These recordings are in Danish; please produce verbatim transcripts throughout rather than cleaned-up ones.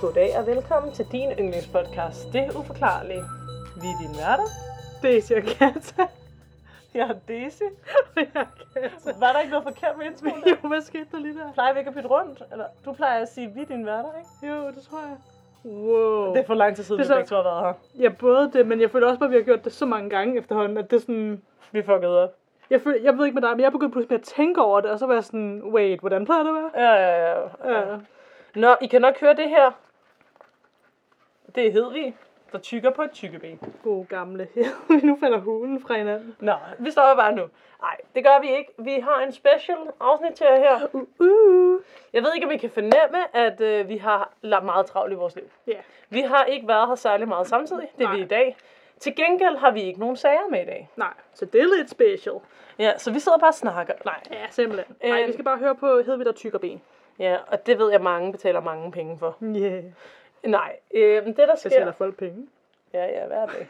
Goddag og velkommen til din yndlingspodcast, Det Uforklarlige. Vi er dine værter. Daisy og Kata. Jeg er Daisy. Jeg er Kata. Var der ikke noget forkert med introen? Jo, hvad skete der lige der? Plejer vi ikke at bytte rundt? Eller, du plejer at sige, vi er dine værter, ikke? Jo, det tror jeg. Wow. Det er for lang tid siden, vi så... begge to har været her. Ja, både det, men jeg føler også bare, at vi har gjort det så mange gange efterhånden, at det er sådan... Vi fuckede op. Jeg, føler, jeg ved ikke med dig, men jeg begyndte pludselig at tænke over det, og så var jeg sådan, wait, hvordan plejer det at være? Ja, ja, ja. Ja. Nå, I kan nok høre det her. Det er Hedvig, der tykker på et tykkeben. God gamle. Nu falder hulen fra hinanden. Nå, vi står bare nu. Nej, det gør vi ikke. Vi har en special afsnit til jer her. Uh, uh. Jeg ved ikke, om I kan fornemme, at øh, vi har lagt meget travlt i vores liv. Yeah. Vi har ikke været her særlig meget samtidig. Det er Nej. vi i dag. Til gengæld har vi ikke nogen sager med i dag. Nej, så det er lidt special. Ja, så vi sidder bare og snakker. Nej. Ja, simpelthen. Nej, Øhm. vi skal bare høre på Hedvig, der tykker ben. Ja, og det ved jeg, mange betaler mange penge for. Yeah. Nej, øh, det der Så sker... sælger folk penge. Ja, ja, hver dag.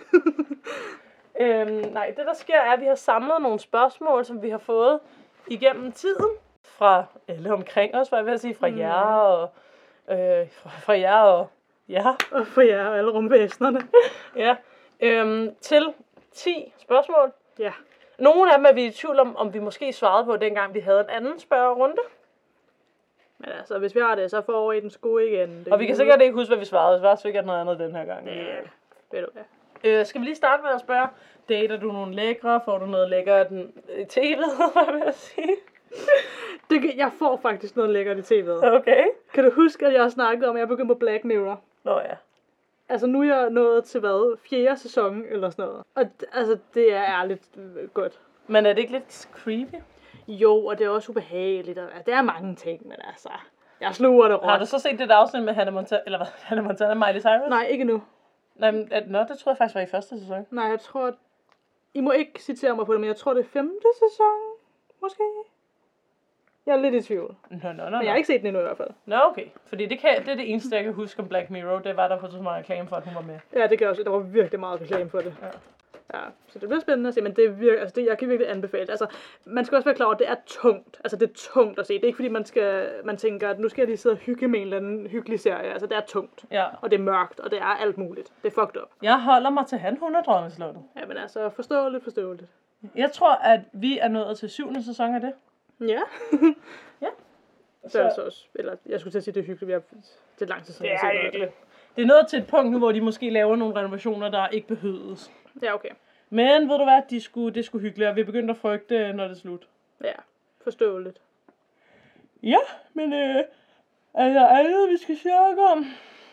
øhm, nej, det der sker er, at vi har samlet nogle spørgsmål, som vi har fået igennem tiden. Fra alle omkring os, hvad jeg vil sige. Fra mm. jer og... Øh, fra, fra jer og... Ja. Og for jer og alle rumvæsnerne. Ja. Øhm, til ti spørgsmål. Ja. Nogle af dem er vi i tvivl om, om vi måske svarede på, dengang vi havde en anden spørgerunde. Men altså, hvis vi har det, så får I den sko igen. Det Og vi kan sikkert ikke huske, hvad vi svarede. Vi svarede sikkert noget andet den her gang. Ja, ved du hvad. Øh, skal vi lige starte med at spørge, dater du nogle lækre? Får du noget lækkert i tv'et, hvad vil jeg sige? Det, kan- jeg får faktisk noget lækkert i tv'et. Okay. Kan du huske, at jeg har snakket om, at jeg begyndte på Black Mirror? Nå ja. Altså, nu er jeg nået til hvad? Fjerde sæson eller sådan noget. Og d- altså, det er ærligt øh, godt. Men er det ikke lidt creepy? Jo, og det er også ubehageligt. Og, ja, det er mange ting, men altså... Jeg sluger det Har råt. du så set det afsnit med Hannah Montana, eller hvad? Hannah Montana og Miley Cyrus? Nej, ikke nu. Nej, men, at, nå, det tror jeg faktisk var i første sæson. Nej, jeg tror... At... I må ikke citere mig på det, men jeg tror, det er femte sæson. Måske. Jeg er lidt i tvivl. Nå, nå, nå, Men jeg nå. har ikke set den endnu i hvert fald. Nå, okay. Fordi det, kan, det er det eneste, jeg kan huske om Black Mirror. Det var der på så meget reklame for, at hun var med. Ja, det gør også. Der var virkelig meget reklame for det. Ja. Ja, så det bliver spændende at se, men det er virkelig, altså det, jeg kan virkelig anbefale. Altså, man skal også være klar over, at det er tungt. Altså, det er tungt at se. Det er ikke fordi, man, skal, man tænker, at nu skal jeg lige sidde og hygge med en eller anden hyggelig serie. Altså, det er tungt. Ja. Og det er mørkt, og det er alt muligt. Det er fucked up. Jeg holder mig til han, hun er drømmeslottet. Ja, men altså, forståeligt, forståeligt. Jeg tror, at vi er nået til syvende sæson af det. Ja. Ja. Så er det så også, eller jeg skulle til at sige, det er hyggeligt. Vi har det er lang tid siden. Det jeg har er set noget af virkelig. Det er nået til et punkt nu, hvor de måske laver nogle renovationer, der ikke behøves. det. Ja, okay. Men ved du hvad, de skulle, det skulle hyggeligt, og vi er begyndt at frygte, når det er slut. Ja, forståeligt. Ja, men øh, er der andet, vi skal snakke om?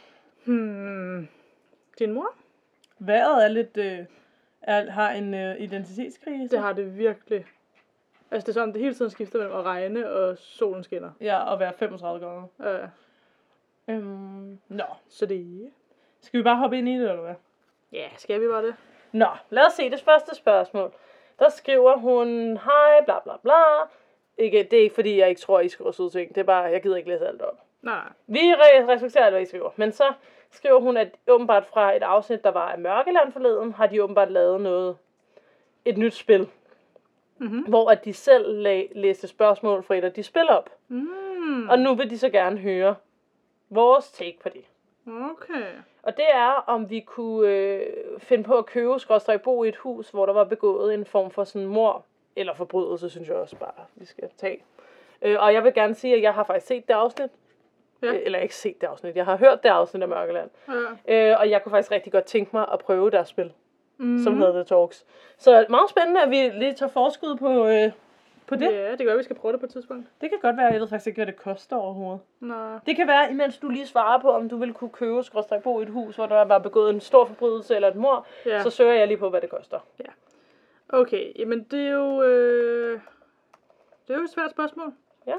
Hmm. Din mor? Vejret er lidt, øh, er, har en øh, identitetskrise. Det har det virkelig. Altså, det er sådan, det hele tiden skifter mellem at regne, og solen skinner. Ja, at være femogtredive grader. Ja. Øhm, nå, Så det skal vi bare hoppe ind i det, eller hvad? ja, skal vi bare det? Nå, lad os se det første spørgsmål. Der skriver hun, hej, bla bla bla. Ikke, det er ikke fordi, jeg ikke tror, I skriver søde ting. Det er bare, jeg gider ikke læse alt op. Nej, nej. Vi re- respekterer alt, hvad I skriver. Men så skriver hun, at åbenbart fra et afsnit, der var af Mørkeland forleden, har de åbenbart lavet noget, et nyt spil. Mhm. Hvor at de selv la- læste spørgsmål fra et af de spil op. Mm. Og nu vil de så gerne høre vores take på det. Okay. Og det er, om vi kunne øh, finde på at købe, skråstreg bo i et hus, hvor der var begået en form for sådan mord eller forbrydelse, synes jeg også bare, vi skal tage. Øh, og jeg vil gerne sige, at jeg har faktisk set det afsnit. Ja. Øh, eller ikke set det afsnit, jeg har hørt det afsnit af Mørkeland. Ja. Øh, og jeg kunne faktisk rigtig godt tænke mig at prøve deres spil, Mm. som hedder The Talks. Så meget spændende, at vi lige tager forskud på, øh, på det. Ja, det kan være, vi skal prøve det på et tidspunkt. Det kan godt være, jeg ved faktisk ikke, hvad det koster overhovedet. Nå. Det kan være, imens du lige svarer på, om du vil kunne købe skråstreg bo i et hus, hvor der var begået en stor forbrydelse eller et mord, Ja. så søger jeg lige på, hvad det koster. Okay, jamen det er jo... Øh... Det er jo et svært spørgsmål. Ja.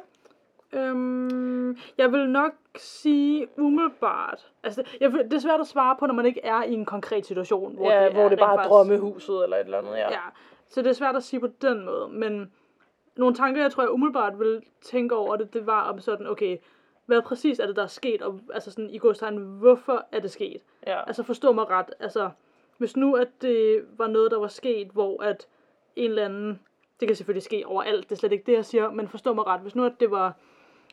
Øhm, jeg vil nok sige umiddelbart. Altså, jeg, vil- det er svært at svare på, når man ikke er i en konkret situation. Hvor ja, det, hvor det bare er rent drømmehuset eller et eller andet, ja. Ja, så det er svært at sige på den måde, men nogle tanker, jeg tror, jeg umiddelbart vil tænke over det, det var om sådan, okay, hvad præcis er det, der er sket, og altså sådan i godstegn, hvorfor er det sket? ja. Altså forstå mig ret, altså hvis nu, at det var noget, der var sket, hvor at en eller anden, det kan selvfølgelig ske overalt, det er slet ikke det, jeg siger, men forstå mig ret, hvis nu, at det var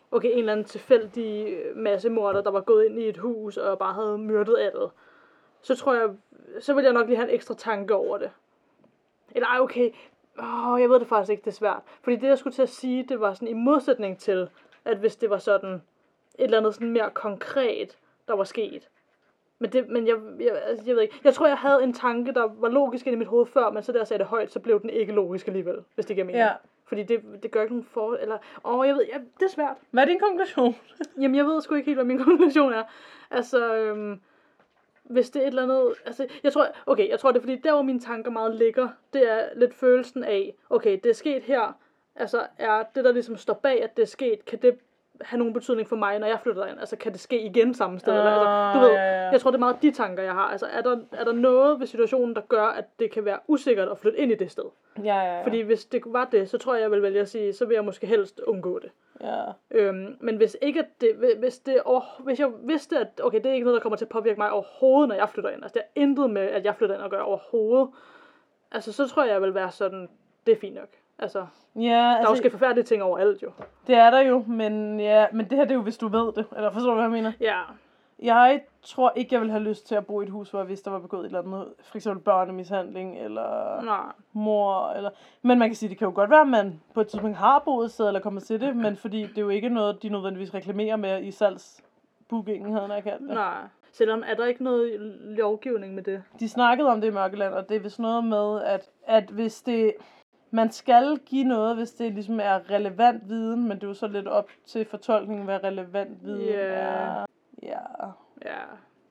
okay, en eller anden tilfældig massemorder, der var gået ind i et hus og bare havde myrdet alle, så tror jeg, så vil jeg nok lige have en ekstra tanke over det. Eller ej, okay, åh, jeg ved det faktisk ikke, det er svært. Fordi det, jeg skulle til at sige, det var sådan i modsætning til, at hvis det var sådan et eller andet sådan mere konkret, der var sket. Men, det, men jeg, jeg, altså, jeg ved ikke. Jeg tror, jeg havde en tanke, der var logisk inde i mit hoved før, men så da jeg sagde det højt, så blev den ikke logisk alligevel, hvis det giver mening. Ja. Fordi det, det gør ikke nogen for... Eller, åh, jeg ved, ja, det er svært. Hvad er din konklusion? Jamen, jeg ved sgu ikke helt, hvad min konklusion er. Altså, øhm, hvis det er et eller andet... Altså, jeg tror, okay, jeg tror, det er fordi, der hvor mine tanker meget ligger, det er lidt følelsen af, okay, det er sket her, altså, er det, der ligesom står bag, at det er sket, kan det have nogen betydning for mig, når jeg flytter derind? Altså, kan det ske igen samme sted? Uh, eller, altså, du ved, ja, ja. jeg tror, det er meget de tanker, jeg har. Altså, er der, er der noget ved situationen, der gør, at det kan være usikkert at flytte ind i det sted? Ja, ja, ja. Fordi hvis det var det, så tror jeg, jeg vil vælge at sige, så vil jeg måske helst undgå det. Ja. Øhm, men hvis ikke at det, hvis det over, hvis jeg vidste, at okay, det er ikke noget, der kommer til at påvirke mig overhovedet, når jeg flytter ind. Altså, det er intet med, at jeg flytter ind og gør overhovedet. Altså, så tror jeg, jeg vil være sådan, det er fint nok. Altså, Ja, der er altså, jo sket forfærdelige ting overalt, jo. det er der jo, men, ja, men det her det er jo, hvis du ved det. Eller forstår du, hvad jeg mener? Ja. Jeg tror ikke, jeg vil have lyst til at bo i et hus, hvor jeg vidste, der var begået et eller andet, for eksempel børnemishandling, eller Nej. mor, eller... Men man kan sige, det kan jo godt være, at man på et tidspunkt har boet et sted, eller kommer til det, men fordi det er jo ikke noget, de nødvendigvis reklamerer med i salgsbookingen, havde jeg kaldt det. Nej. Selvom er der ikke noget lovgivning med det? De snakkede om det i Mørkeland, og det er vist noget med, at, at hvis det... Man skal give noget, hvis det ligesom er relevant viden, men det er jo så lidt op til fortolkningen, hvad relevant viden Yeah. er. Ja. Ja.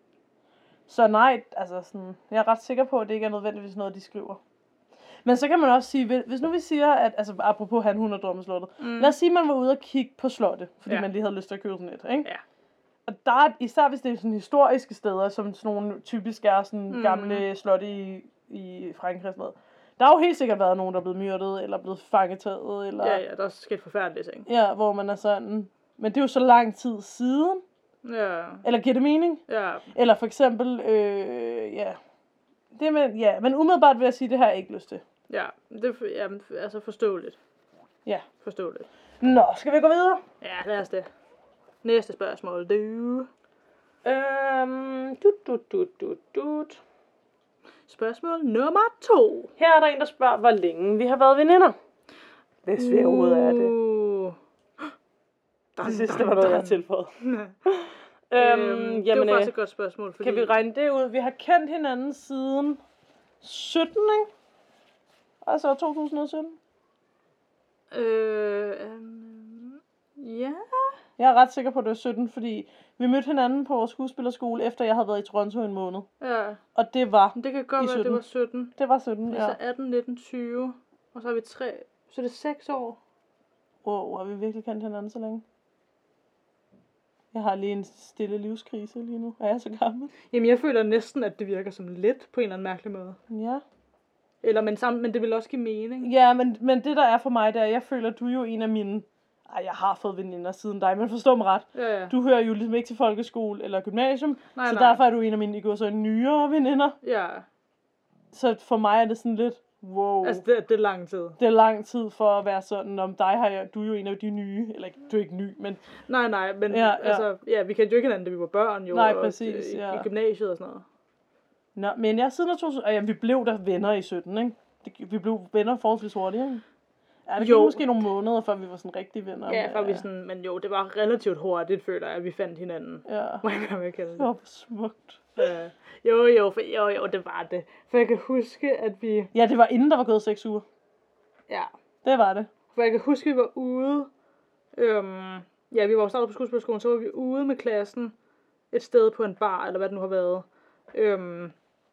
Så nej, altså sådan, jeg er ret sikker på, at det ikke er nødvendigvis noget, de skriver. Men så kan man også sige, hvis nu vi siger, at, altså apropos han, hun og drømmeslottet, mm. lad os sige, at man var ude og kigge på slottet, fordi ja. man lige havde lyst til at købe sådan et, ikke? Ja. Og der er, især hvis det er sådan historiske steder, som sådan nogle typisk er sådan mm. gamle slotte i, i Frankrig og sådan noget. Der har jo helt sikkert været nogen, der er blevet myrdet, eller blevet fangetaget, eller... Ja, ja, der er sket forfærdelige ting. Ja, hvor man er sådan... Men det er jo så lang tid siden. Ja. Eller giver det mening? Ja. Eller for eksempel, øh, ja... Det med, ja, men umiddelbart vil jeg sige, det har jeg ikke lyst til. Ja, det er ja, altså forståeligt. Ja. Forståeligt. Nå, skal vi gå videre? Ja, lad os det. Næste spørgsmål, du. Øhm, dut, dut, dut, dut, dut. Spørgsmål nummer to. Her er der en, der spørger, hvor længe vi har været veninder. Hvis vi overhovedet er det. Uh. Det sidste var noget, jeg har tilføjet. øhm, øhm, det var jamen, faktisk et godt spørgsmål. Fordi... Kan vi regne det ud? Vi har kendt hinanden siden sytten, ikke? Altså to tusind og sytten. Øh, um, ja. Jeg er ret sikker på, at det var sytten, fordi vi mødte hinanden på vores skuespillerskole, efter jeg havde været i Toronto en måned. Ja. Og det var Det kan godt være, det var sytten. Det var sytten, ja. Så atten, nitten, tyve. Og så har vi tre. Så det er seks år. Wow, har vi virkelig kendt hinanden så længe? Jeg har lige en stille livskrise lige nu. Er jeg så gammel? Jamen, jeg føler næsten, at det virker som lidt på en eller anden mærkelig måde. Ja. Eller, men, sammen, men det vil også give mening. Ja, men, men det der er for mig, det er, jeg føler, du er jo en af mine... Ej, jeg har fået veninder siden dig, men forstå mig ret. Ja, ja. Du hører jo ligesom ikke til folkeskole eller gymnasium, Nej, så nej. derfor er du en af mine, i går så nyere veninder. Ja. Så for mig er det sådan lidt, wow. Altså, det, det er lang tid. Det er lang tid for at være sådan, om dig har jeg, du er jo en af de nye, eller du er ikke ny, men... Nej, nej, men Ja, ja. altså, ja, vi kendte jo ikke hinanden, da vi var børn, jo. Nej, og, præcis, i, ja. i gymnasiet og sådan noget. Nå, men jeg siden af to tusind, og ja, vi blev der venner i sytten, ikke? Det, vi blev venner forholdsvis hurtigt, ikke? Ja, det gik Jo. måske nogle måneder, før vi var sådan rigtige venner. Ja, men, for vi sådan, men jo, det var relativt hurtigt, føler jeg, at vi fandt hinanden. Ja, Må jeg gerne kalde det det. var smukt. Ja. Jo, jo, for, jo, jo, det var det. For jeg kan huske, at vi... Ja, det var inden der var gået seks uger. Ja, Det var det. for jeg kan huske, at vi var ude... Øhm, ja, vi var jo startet på skuespillerskolen, så var vi ude med klassen et sted på en bar, eller hvad det nu har været. Øhm,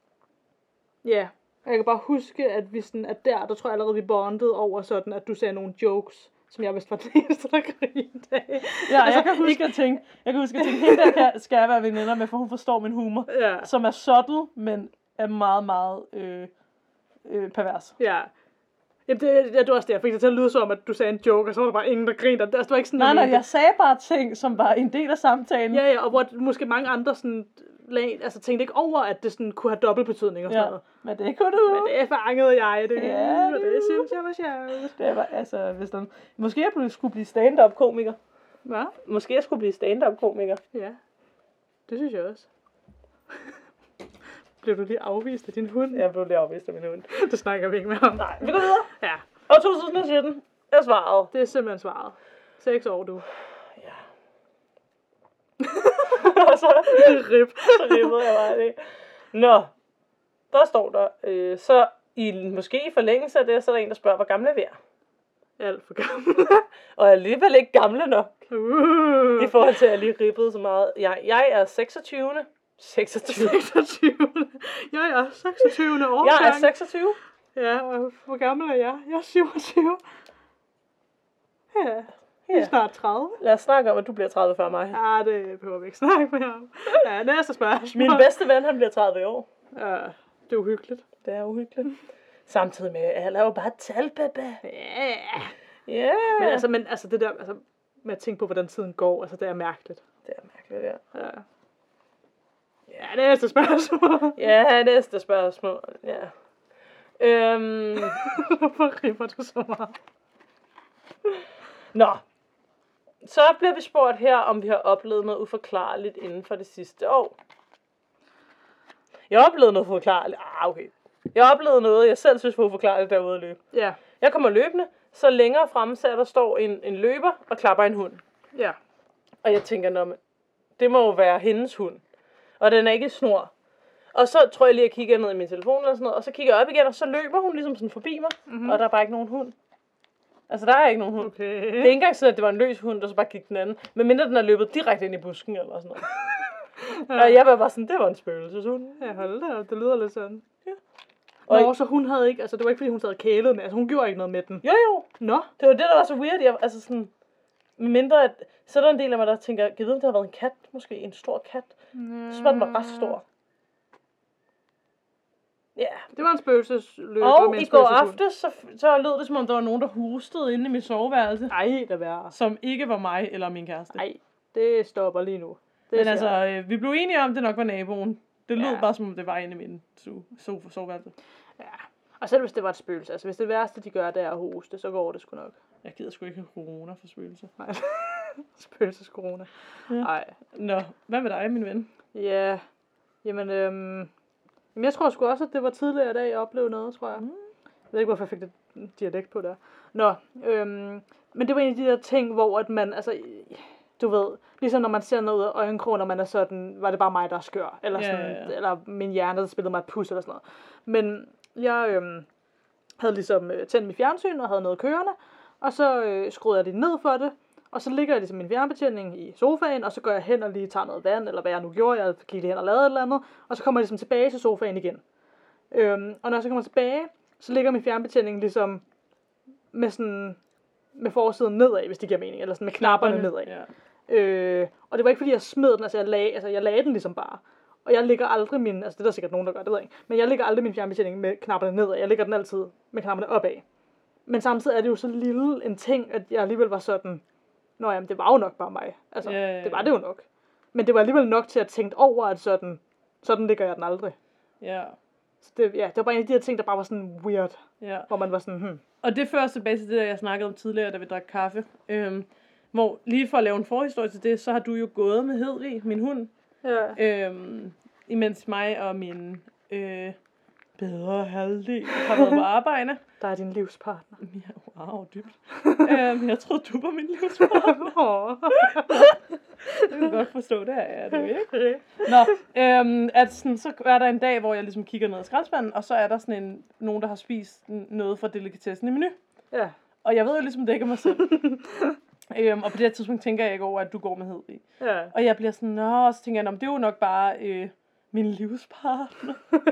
ja, og jeg kan bare huske, at vi sådan, at der, der tror jeg allerede, vi bondede over sådan, at du sagde nogle jokes, som jeg vidste var det eneste, der grinte af. Ja, Altså, jeg kan huske at tænke, jeg kan huske at tænke, hende der kan, skal jeg være veninder med, for hun forstår min humor. Ja. Som er subtle, men er meget, meget øh, øh, pervers. Ja. Jamen, det, ja, det var også det. Jeg fik det til at lyde som, at du sagde en joke, og så var der bare ingen, der grinte. Altså, det var ikke sådan Nej, noget, nej, jeg sagde bare ting, som var en del af samtalen. Ja, ja, og hvor måske mange andre sådan, lag, altså, tænkte ikke over, at det sådan kunne have dobbelt betydning og sådan Ja, noget. men det kunne du. Men det fangede jeg, det. Ja, og det det- synes jeg var sjovt. Det var, altså, hvis den, måske jeg skulle blive stand-up-komiker. Hvad? Måske jeg skulle blive stand-up-komiker. Ja, det synes jeg også. Blev du lige afvist af din hund? Jeg blev lige afvist af min hund. Det snakker vi ikke mere om. Nej, vi går videre. Ja. Og to tusind og sytten er svaret. Det er simpelthen svaret. Seks år, du. Ja. Og så Rip. så rippede jeg bare det. Nå, der står der, øh, så i, måske i forlængelse af det, så er der en, der spørger, hvor gamle er vi er. Alt for gammel. Og alligevel ikke gamle nok, Uh. i forhold til, at jeg lige rippede så meget. Jeg, jeg er seksogtyve. seksogtyve. seksogtyve. Jeg er seksogtyve år. Jeg er seksogtyve. Ja, og hvor gammel er jeg? Jeg er syvogtyve. Ja, jeg er Ja. snart tredive. Lad os snakke om, at du bliver tredive før mig. Ja, det behøver vi ikke snakke mere om. Ja, næste spørgsmål. Min bedste ven, han bliver tredive i år. Ja, det er uhyggeligt. Det er uhyggeligt. Samtidig med, at jeg er jo bare et tal, baba. Ja. Ja. Men altså, men altså det der, altså, med at tænke på, hvordan tiden går, altså det er mærkeligt. Det er mærkeligt, ja. Ja. Ja, næste spørgsmål. Ja, næste spørgsmål. Ja. Øhm, Hvorfor ripper du så meget? nå. Så bliver vi spurgt her, om vi har oplevet noget uforklarligt inden for det sidste år. Jeg har oplevet noget uforklarligt. Ah, okay. Jeg har oplevet noget, jeg selv synes var uforklarligt derude at løbe. Ja. Jeg kommer løbende, så længere fremme, så der står en, en løber og klapper en hund. Ja. Og jeg tænker, nå, men det må jo være hendes hund. Og den er ikke snor. Og så tror jeg lige, at jeg kigger ned i min telefon eller sådan noget, og så kigger jeg op igen, og så løber hun ligesom sådan forbi mig, mm-hmm. og der er bare ikke nogen hund. Altså, der er ikke nogen hund. Okay. Det er ikke engang sådan, at det var en løs hund, der så bare gik den anden. Men mindre den er løbet direkte ind i busken eller sådan noget. Ja. Og jeg var bare sådan, det var en spøgelseshund. Ja, hold da op, det lyder lidt sådan. Ja. Og Og Nå, så hun havde ikke, altså det var ikke fordi hun sad kælet med, altså hun gjorde ikke noget med den. jo jo, Nå. det var det, der var så weird. Jeg, altså sådan, mindre at, så er der en del af mig, der tænker, jeg ved, om det har været en kat, måske en stor kat. Så var den var ret stor. Ja. Yeah. Det var en spøgelsesløber Og med en i går spøgelseshund. aftes, så, så lød det, som om der var nogen, der hustede inde i mit soveværelse. Ej, der værre. Som ikke var mig eller min kæreste. Nej, det stopper lige nu. Det Men er altså, svært. øh, vi blev enige om, at det nok var naboen. Det lød Ja. bare, som om det var inde i min so- so- soveværelse. Ja. Og selv hvis det var et spøgelse, altså hvis det værste, de gør, det er at hoste, så går det sgu nok. Jeg gider sgu ikke have corona for spøgelse. Nej. Spøgelsescorona. Ja. Nej. Nå, hvad med dig, min ven? Ja, jamen, øhm, jamen jeg tror sgu også, at det var tidligere i dag, jeg oplevede noget, tror jeg. Mm. Jeg ved ikke, hvorfor jeg fik det dialekt på der. Nå, øhm, men det var en af de der ting, hvor at man, altså, du ved, ligesom når man ser noget ud af øjenkrogen, når man er sådan, var det bare mig, der er skør, eller, Ja, sådan, ja, ja. eller min hjerne, der spillede mig et pus, eller sådan noget. Men jeg øhm, havde ligesom øh, tændt mit fjernsyn, og havde noget kørende, og så øh, skruede jeg lige ned for det, og så ligger jeg ligesom min fjernbetjening i sofaen, og så går jeg hen og lige tager noget vand, eller hvad jeg nu gjorde, jeg gik lige hen og lavede et eller andet, og så kommer jeg ligesom tilbage til sofaen igen. Øhm, og når jeg så kommer tilbage, så ligger min fjernbetjening ligesom med sådan, med forsiden nedad, hvis det giver mening, eller sådan med knapperne nedad. Ja. Øh, og det var ikke fordi jeg smed den, altså jeg lagde, altså jeg lagde den ligesom bare. Og jeg lægger aldrig min, altså det er der sikkert nogen, der gør, det ved jeg ikke, men jeg lægger aldrig min fjernbetjening med knapperne nedad, jeg lægger den altid med knapperne opad. Men samtidig er det jo så lille en ting, at jeg alligevel var sådan, nå jamen, det var jo nok bare mig. Altså, Ja, ja, ja. det var det jo nok. Men det var alligevel nok til at tænke over, at sådan, sådan ligger jeg den aldrig. Ja. Så det, ja, det var bare en af de her ting, der bare var sådan weird, Ja. hvor man var sådan, hmm. Og det fører os tilbage til det, der jeg snakkede om tidligere, da vi drak kaffe. Øhm, hvor lige for at lave en forhistorie til det, så har du jo gået med Hedvig, min hund. Ja. Øhm, imens mig og min øh, bedre halvdel har været på arbejde. Der er din livspartner. Ja, wow, dybt. øhm, jeg troede, du var min livspartner. Det kan jeg godt forstå, det er det ikke. Nå, øhm, at sådan, så er der en dag, hvor jeg ligesom kigger ned i skraldespanden, og så er der sådan en, nogen, der har spist noget fra delikatessen i menu. Ja. Og jeg ved jo ligesom, det ikke er mig selv. øhm, og på det her tidspunkt tænker jeg ikke over, at du går med Hedvig. Ja. Og jeg bliver sådan, nå, så tænker jeg, nå, men det er jo nok bare øh, min livspartner.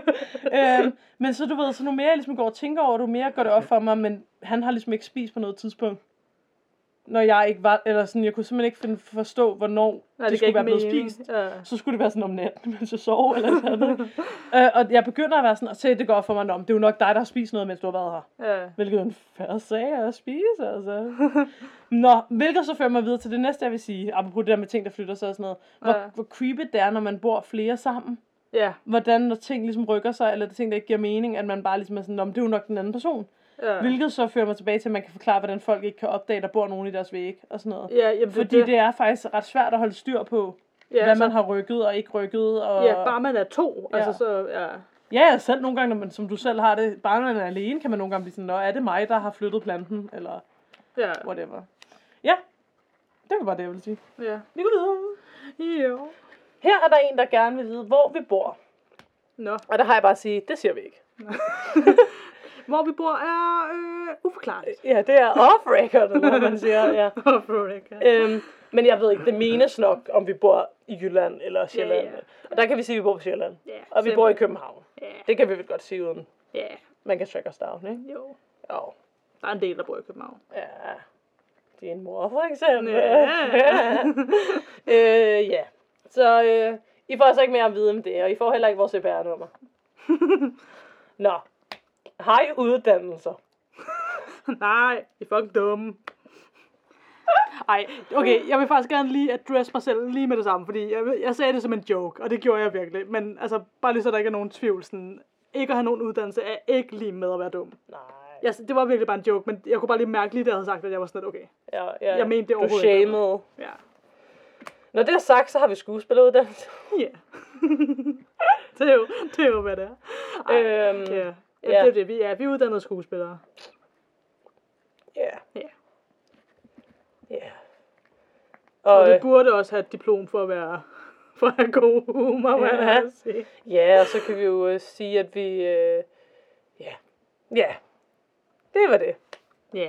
øhm, men så du ved, så nu mere jeg ligesom går og tænker over, du mere gør det op for mig, men han har ligesom ikke spist på noget tidspunkt. Når jeg ikke var, eller sådan, jeg kunne simpelthen ikke finde, forstå, hvornår Nej, det, det det skulle være blevet mening. spist. Ja. Så skulle det være sådan om natten, mens jeg sov, eller sådan noget. øh, og jeg begynder at være sådan, og se, det går op for mig, nå, det er jo nok dig, der har spist noget, mens du har været her. Ja. Hvilket er en færre sag at spise, altså. Nå, hvilket så fører mig videre til det næste, jeg vil sige, apropos det der med ting, der flytter sig og sådan noget. Hvor, Ja. hvor creepy det er, når man bor flere sammen. Ja. Hvordan, når ting ligesom rykker sig, eller det ting, der ikke giver mening, at man bare ligesom er sådan, nå, men det er jo nok den anden person. Ja. Hvilket så fører mig tilbage til, at man kan forklare, hvordan folk ikke kan opdage, at der bor nogen i deres væg og sådan noget. Ja, jamen, Fordi det, det er faktisk ret svært at holde styr på, ja, hvad så, man har rykket og ikke rykket. Og... Ja, bare man er to. Ja. Altså, så, ja. Ja, selv nogle gange, når man, som du selv har det, bare når man er alene, kan man nogle gange blive sådan, nå, er det mig, der har flyttet planten, eller ja. whatever. Ja, det var bare det, jeg ville sige. Ja. Vi går videre. Jo. Her er der en, der gerne vil vide, hvor vi bor. Nå. Og der har jeg bare at sige, det siger vi ikke. Hvor vi bor er øh, uforklarligt. Ja, det er off-record, eller hvad man siger. Ja. Off-record. Øhm, men jeg ved ikke, det menes nok, om vi bor i Jylland eller Sjælland. Ja, ja. Og der kan vi sige, at vi bor på Sjælland. Ja, og vi simpelthen. bor i København. Ja. Det kan vi vel godt sige uden. Ja. Man kan track os down, ikke? Jo. Jo. Der er en del, der bor i København. Ja. Din mor, for eksempel. Ja. øh, ja. Så øh, I får altså ikke mere at vide om det, og I får heller ikke vores C P R-nummer. Nå. Har I uddannelser? Nej, I er fucking dumme. Ej, okay, jeg vil faktisk gerne lige adresse mig selv lige med det samme, fordi jeg, jeg sagde det som en joke, og det gjorde jeg virkelig. Men altså, bare lige så der ikke er nogen tvivl, sådan, ikke at have nogen uddannelse er ikke lige med at være dum. Nej. Jeg, det var virkelig bare en joke, men jeg kunne bare lige mærke lige, da jeg havde sagt, at jeg var sådan lidt, okay. Ja, ja. Jeg mente det du overhovedet ikke. shamede. Ja. Når det er sagt, så har vi skuespilleruddannelse. Ja. det, er jo, det er jo, hvad det er. Ej, Øhm, ja. Ja, ja. det er det. Vi er, vi er uddannede skuespillere. Ja. Ja. Ja. Og, og vi øh, burde også have et diplom for at være for at have god humor, hvad Ja. ja. jeg sige. Ja, og så kan vi jo øh, sige, at vi... Øh, ja. Ja. Det var det. Ja.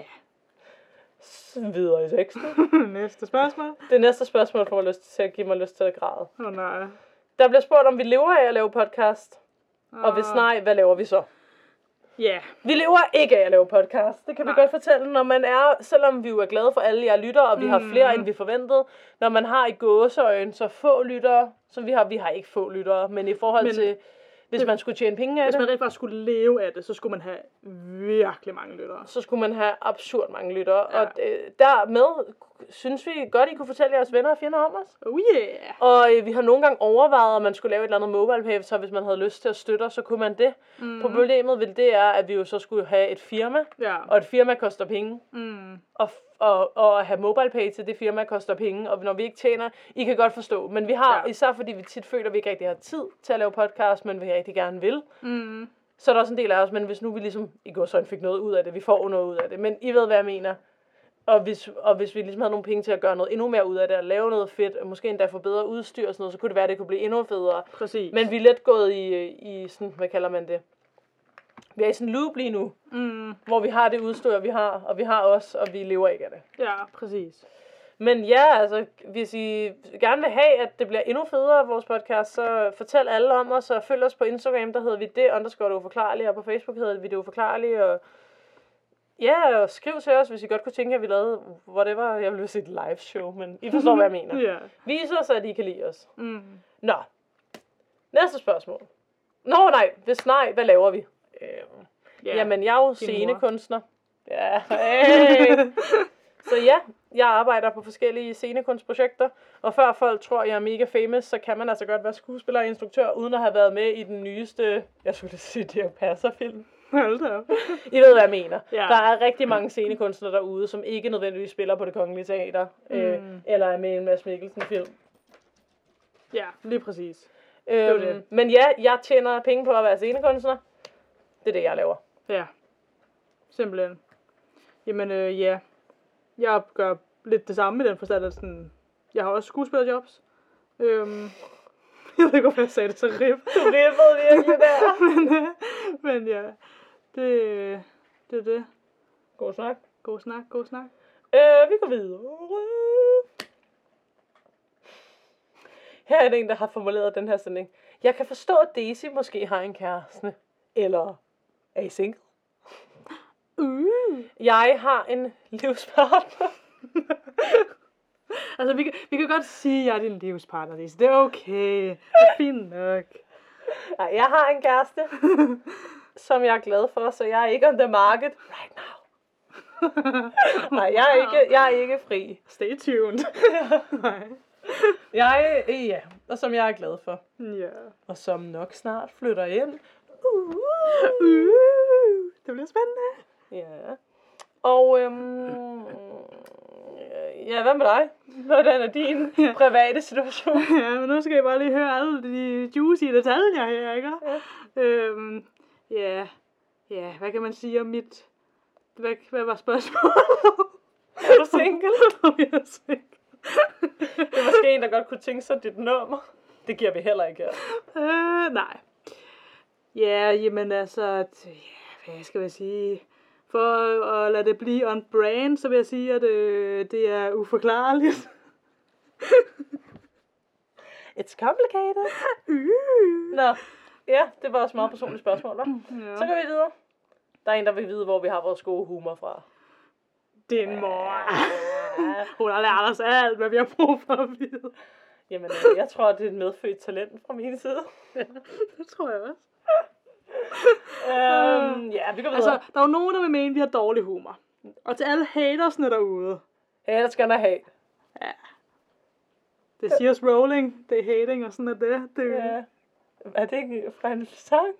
Så videre i teksten. Næste spørgsmål. Det næste spørgsmål får mig lyst til at give mig lyst til at græde. Åh oh, nej. Der bliver spurgt, om vi lever af at lave podcast. Og hvis Ah. nej, hvad laver vi så? Ja. Yeah. Vi lever ikke af at lave podcast. Det kan Nej. vi godt fortælle, når man er, selvom vi jo er glade for alle jer lyttere, og vi mm. har flere, end vi forventede. Når man har i gåseøjne så få lyttere, som vi har. Vi har ikke få lyttere, men i forhold men, til, hvis det, man skulle tjene penge af hvis det. man rent faktisk skulle leve af det, så skulle man have virkelig mange lyttere. Så skulle man have absurd mange lyttere. Ja. Og øh, dermed synes vi godt, I kunne fortælle jeres venner og fjender om os. Oh yeah. Og øh, vi har nogle gange overvejet, at man skulle lave et eller andet mobile pay, så hvis man havde lyst til at støtte os, så kunne man det. Mm. Problemet ved det er, at vi jo så skulle have et firma, Ja. og et firma koster penge. Mm. Og, og, og at have mobile pay til det firma koster penge, og når vi ikke tjener, I kan godt forstå. Men vi har, Ja. især fordi vi tit føler, at vi ikke rigtig har tid til at lave podcast, men vi rigtig gerne vil. Mm. Så er der også en del af os, men hvis nu vi ligesom i går sådan fik noget ud af det, vi får noget ud af det. Men I ved, hvad jeg mener. Og hvis, og hvis vi ligesom havde nogle penge til at gøre noget endnu mere ud af det, og lave noget fedt, og måske endda få bedre udstyr og sådan noget, så kunne det være, at det kunne blive endnu federe. Præcis. Men vi er let gået i, i sådan, hvad kalder man det? Vi er i sådan en loop lige nu, Mm. hvor vi har det udstyr, vi har, og vi har os, og vi lever ikke af det. Ja, præcis. Men ja, altså, hvis I gerne vil have, at det bliver endnu federe, vores podcast, så fortæl alle om os, og følg os på Instagram, der hedder vi det, underscore det uforklarlige, og på Facebook hedder vi det uforklarlige, og ja, og skriv til os, hvis I godt kunne tænke, at vi lavede whatever, jeg ville sige et live show, men I forstår, hvad jeg mener. Ja. Vis os, at I kan lide os. Mm. Nå, næste spørgsmål. Nå nej, hvis nej, hvad laver vi? Øh, Ja. Jamen, jeg er jo mor. scenekunstner. Ja, hey. Så ja, jeg arbejder på forskellige scenekunstprojekter, og før folk tror, jeg er mega famous, så kan man altså godt være skuespiller og instruktør, uden at have været med i den nyeste, jeg skulle da sige, Dirch Passer-film. Hold da op. I ved, hvad jeg mener. Ja. Der er rigtig mange scenekunstnere derude, som ikke nødvendigvis spiller på Det Kongelige Teater, mm. øh, eller er med i en Mads Mikkelsen-film. Ja, lige præcis. Øhm, det. Men ja, jeg tjener penge på at være scenekunstner. Det er det, jeg laver. Ja, simpelthen. Jamen, øh, ja. Jeg gør lidt det samme i den forstand, at sådan, jeg har også skuespillerjobs. Øhm, jeg ved ikke, hvorfor jeg sagde det så rip. Du rippede virkelig der. men, øh, men ja, det, det er det. God snak. God snak, god snak. Øh, vi går videre. Her er der en, der har formuleret den her sending. Jeg kan forstå, at Daisy måske har en kæreste. Eller er I single? Uh. Jeg har en livspartner. Altså, vi kan, vi kan godt sige, at jeg er din livspartner, Lise. Det er okay. Det er fint nok. Nej, jeg har en kæreste, som jeg er glad for, så jeg er ikke on the market right now. Nej, jeg er ikke, jeg er ikke fri. Stay tuned. Nej. Jeg, ja, og som jeg er glad for. Ja. Og som nok snart flytter ind. Uh, Uh. Det bliver spændende. Ja. Og øhm, ja, hvad med dig? Hvordan er din ja. private situation? Ja, men nu skal jeg bare lige høre alle de juicy detaljer her, ikke? Ja. Øhm, ja, ja, hvad kan man sige om mit... Hvad, hvad var spørgsmålet? Er du single? Jeg er single. Det er måske en, der godt kunne tænke sig dit nummer. Det giver vi heller ikke her. Øh, nej. Ja, jamen altså... Ja, hvad skal jeg sige... For at lade det blive on brand, så vil jeg sige, at øh, det er uforklarligt. It's complicated. Uh. Nå, ja, det var også meget personligt spørgsmål, hva'? Ja. Så går vi videre. Der er en, der vil vide, hvor vi har vores gode humor fra. Din mor. Hun har lært os alt, hvad vi har brug for at vide. Jamen, øh, jeg tror, det er et medfødt talent fra min side. Ja, det tror jeg også. øhm, ja, vi går videre. Altså, der er jo nogen, der vil mene, at vi har dårlig humor. Og til alle hatersne derude. Haters gonna hate. Ja. Det siger os rolling, det er hating, og sådan er det. det er ja. Er det ikke fra en sang?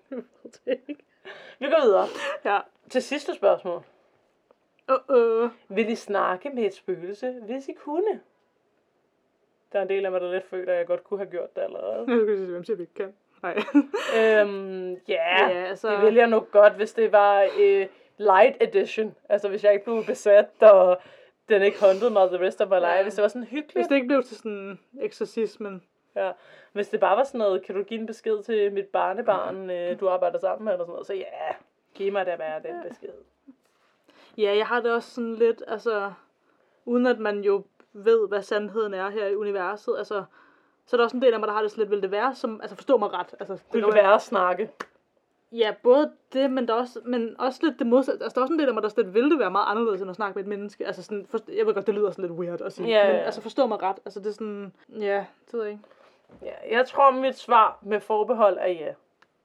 Vi går videre. Ja. Til sidste spørgsmål. Uh-uh. Vil I snakke med et spøgelse, hvis I kunne? Der er en del af mig, der lidt føler, at jeg godt kunne have gjort det allerede. Jeg skulle sige, hvem siger, vi ikke kan. Nej. øhm, ja, ja altså... det vil jeg nok godt, hvis det var uh, light edition. Altså, hvis jeg ikke blev besat, og den ikke håndtede mig the rest of my life. Ja. Hvis det var sådan hyggeligt. Hvis det ikke blev til sådan eksorcismen. Ja, hvis det bare var sådan noget, kan du give en besked til mit barnebarn, øh, du arbejder sammen med, eller sådan noget, så ja, giv mig da bare den besked. Ja, jeg har det også sådan lidt, altså, uden at man jo ved, hvad sandheden er her i universet, altså, så er der også en del af mig, der har det sådan lidt, vil det være, som, altså forstå mig ret. Altså, vil det være at snakke? Ja, både det, men, der også, men også lidt det modsatte. Altså, der er også en del af mig, der sådan, vil det være meget anderledes, end at snakke med et menneske. Altså, sådan, for, jeg ved godt, det lyder sådan lidt weird at sige, ja, ja. Men altså, forstå mig ret. Altså, det er sådan, ja, det ved jeg ikke. Ja, jeg tror, mit svar med forbehold er ja.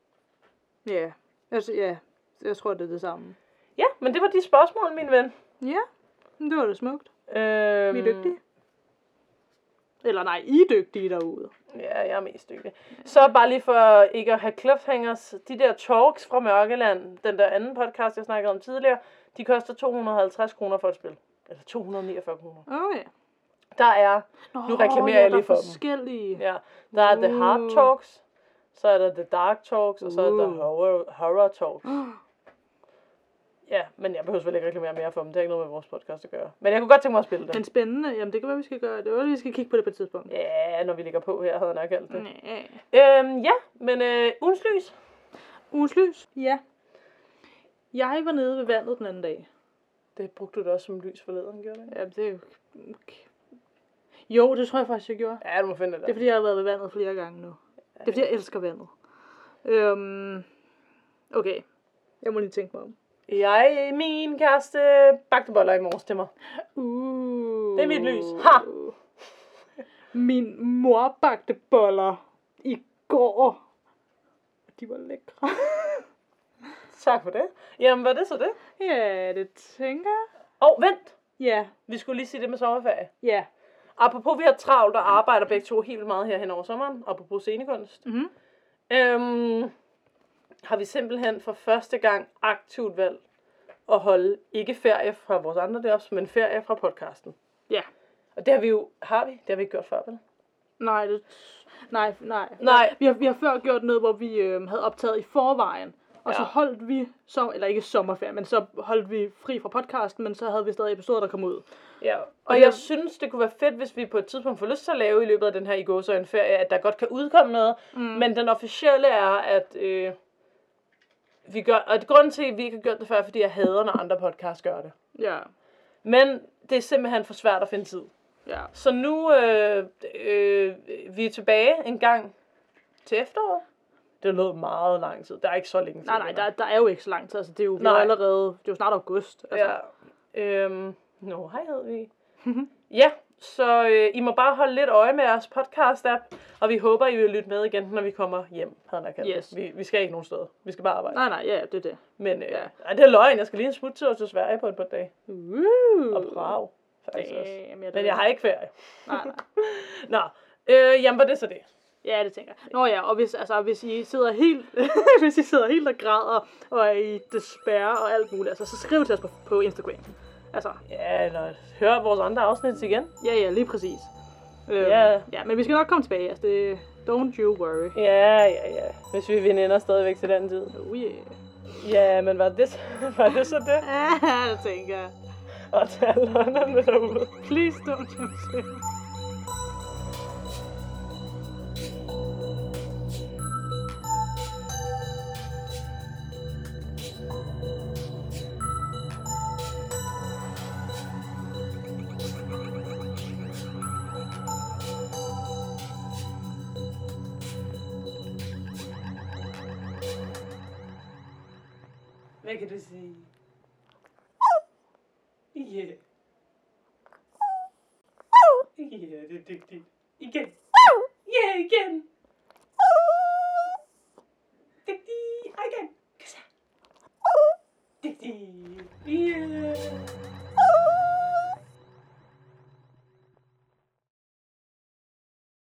Ja, altså, ja, jeg tror, det er det samme. Ja, men det var de spørgsmål, min ven. Ja, det var det smukt. Øhm... Vi er dygtige. Eller nej, I er dygtige derude. Ja, jeg er mest dygtig. Så bare lige for ikke at have cliffhangers. De der talks fra Mørkeland, den der anden podcast, jeg snakkede om tidligere, de koster to hundrede og halvtreds kroner for et spil. Eller to hundrede og niogfyrre kroner. Okay. Der er, Nå, nu reklamerer ja, jeg lige for dem. Forskellige. Ja, der er uh. The Hard Talks, så er der The Dark Talks, og så er der The Horror, horror Talks. Ja, men jeg behøver vel ikke reklamere mere for dem. Det har ikke noget med vores podcast at gøre. Men jeg kunne godt tænke mig at spille det. Men spændende. Jamen, det kan være, vi skal gøre. Det var, vi skal kigge på det på et tidspunkt. Ja, når vi ligger på her, havde jeg nok kaldt det. Nej. Øhm, ja, men øh, ugens lys. Ugens lys? Ja. Jeg var nede ved vandet den anden dag. Det brugte du da også som lys forleden, gjorde det? Ja, det er jo... Okay. Jo, det tror jeg faktisk, jeg gjorde. Ja, du må finde det der. Det er, fordi jeg har været ved vandet flere gange nu. Ja, det er, fordi jeg elsker vandet. Øhm, okay. Jeg må lige tænke mig om. Jeg, min kæreste, bagte boller i morges til mig. Uh. Det er mit lys. Ha! Min mor bagte boller i går. De var lækre. Tak for det. Jamen, var det så det? Ja, det tænker jeg. Åh, oh, vent! Ja. Vi skulle lige sige det med sommerferie. Ja. Apropos, vi har travlt og arbejder begge to helt meget her hen over sommeren. Apropos scenekunst. Mhm. Øhm, har vi simpelthen for første gang aktivt valgt at holde ikke ferie fra vores andre deroppe, men ferie fra podcasten. Ja. Og det har vi jo, har vi? Det har vi ikke gjort før, vel? Nej, det, nej, nej. Nej. Vi har, vi har før gjort noget, hvor vi øh, havde optaget i forvejen. Og ja. Så holdt vi, så, eller ikke sommerferie, men så holdt vi fri fra podcasten, men så havde vi stadig episoder, der kom ud. Ja, og, og jeg, jeg synes, det kunne være fedt, hvis vi på et tidspunkt får lyst til at lave i løbet af den her i går så en ferie, at der godt kan udkomme noget. Mm. Men den officielle er, at øh, vi gør, og grunden til, at vi ikke har gjort det før, fordi jeg hader, når andre podcasts gør det. Ja. Men det er simpelthen for svært at finde tid. Ja. Så nu øh, øh, vi er tilbage en gang til efteråret. Det lød meget lang tid. Der er ikke så længe tid. Nej, nej, der, der er jo ikke så lang tid. Altså, det er jo, vi er allerede, det er jo snart august. Altså. Ja. Øhm, Nå, hej hed vi. Ja, så øh, I må bare holde lidt øje med jeres podcast-app, og vi håber, I vil lytte med igen, når vi kommer hjem, havde jeg kaldt yes. det. Vi, vi skal ikke nogen steder. Vi skal bare arbejde. Nej, nej, ja, det er det. Men øh, ja. det er løgn. Jeg skal lige en smuttur til Sverige på et par dage. Uh. Og Prag, faktisk Damn, også. jeg Men jeg har ikke ferie. Nej, nej. Nå, øh, jamen, var det så det? Ja, det tænker jeg. Nå ja, og hvis, altså, hvis I sidder helt, hvis I sidder helt og græder, og er i despair og alt muligt, altså, så skriv til os på, på Instagram. Altså. Ja, eller hør vores andre afsnit igen. Ja, ja, lige præcis. Øhm, Ja. Ja, men vi skal nok komme tilbage, altså, det, don't you worry. Ja, ja, ja. Hvis vi veninder stadigvæk til den tid. Oh yeah. Ja, men var det, var det så det? Ja, det tænker jeg. Og til alle andre derude. Please don't you say. Hvad kan du sige? Ja. Ja, det er dygtigt. Igen. Ja, igen. Dygtig. Og igen. Dygtig. Ja.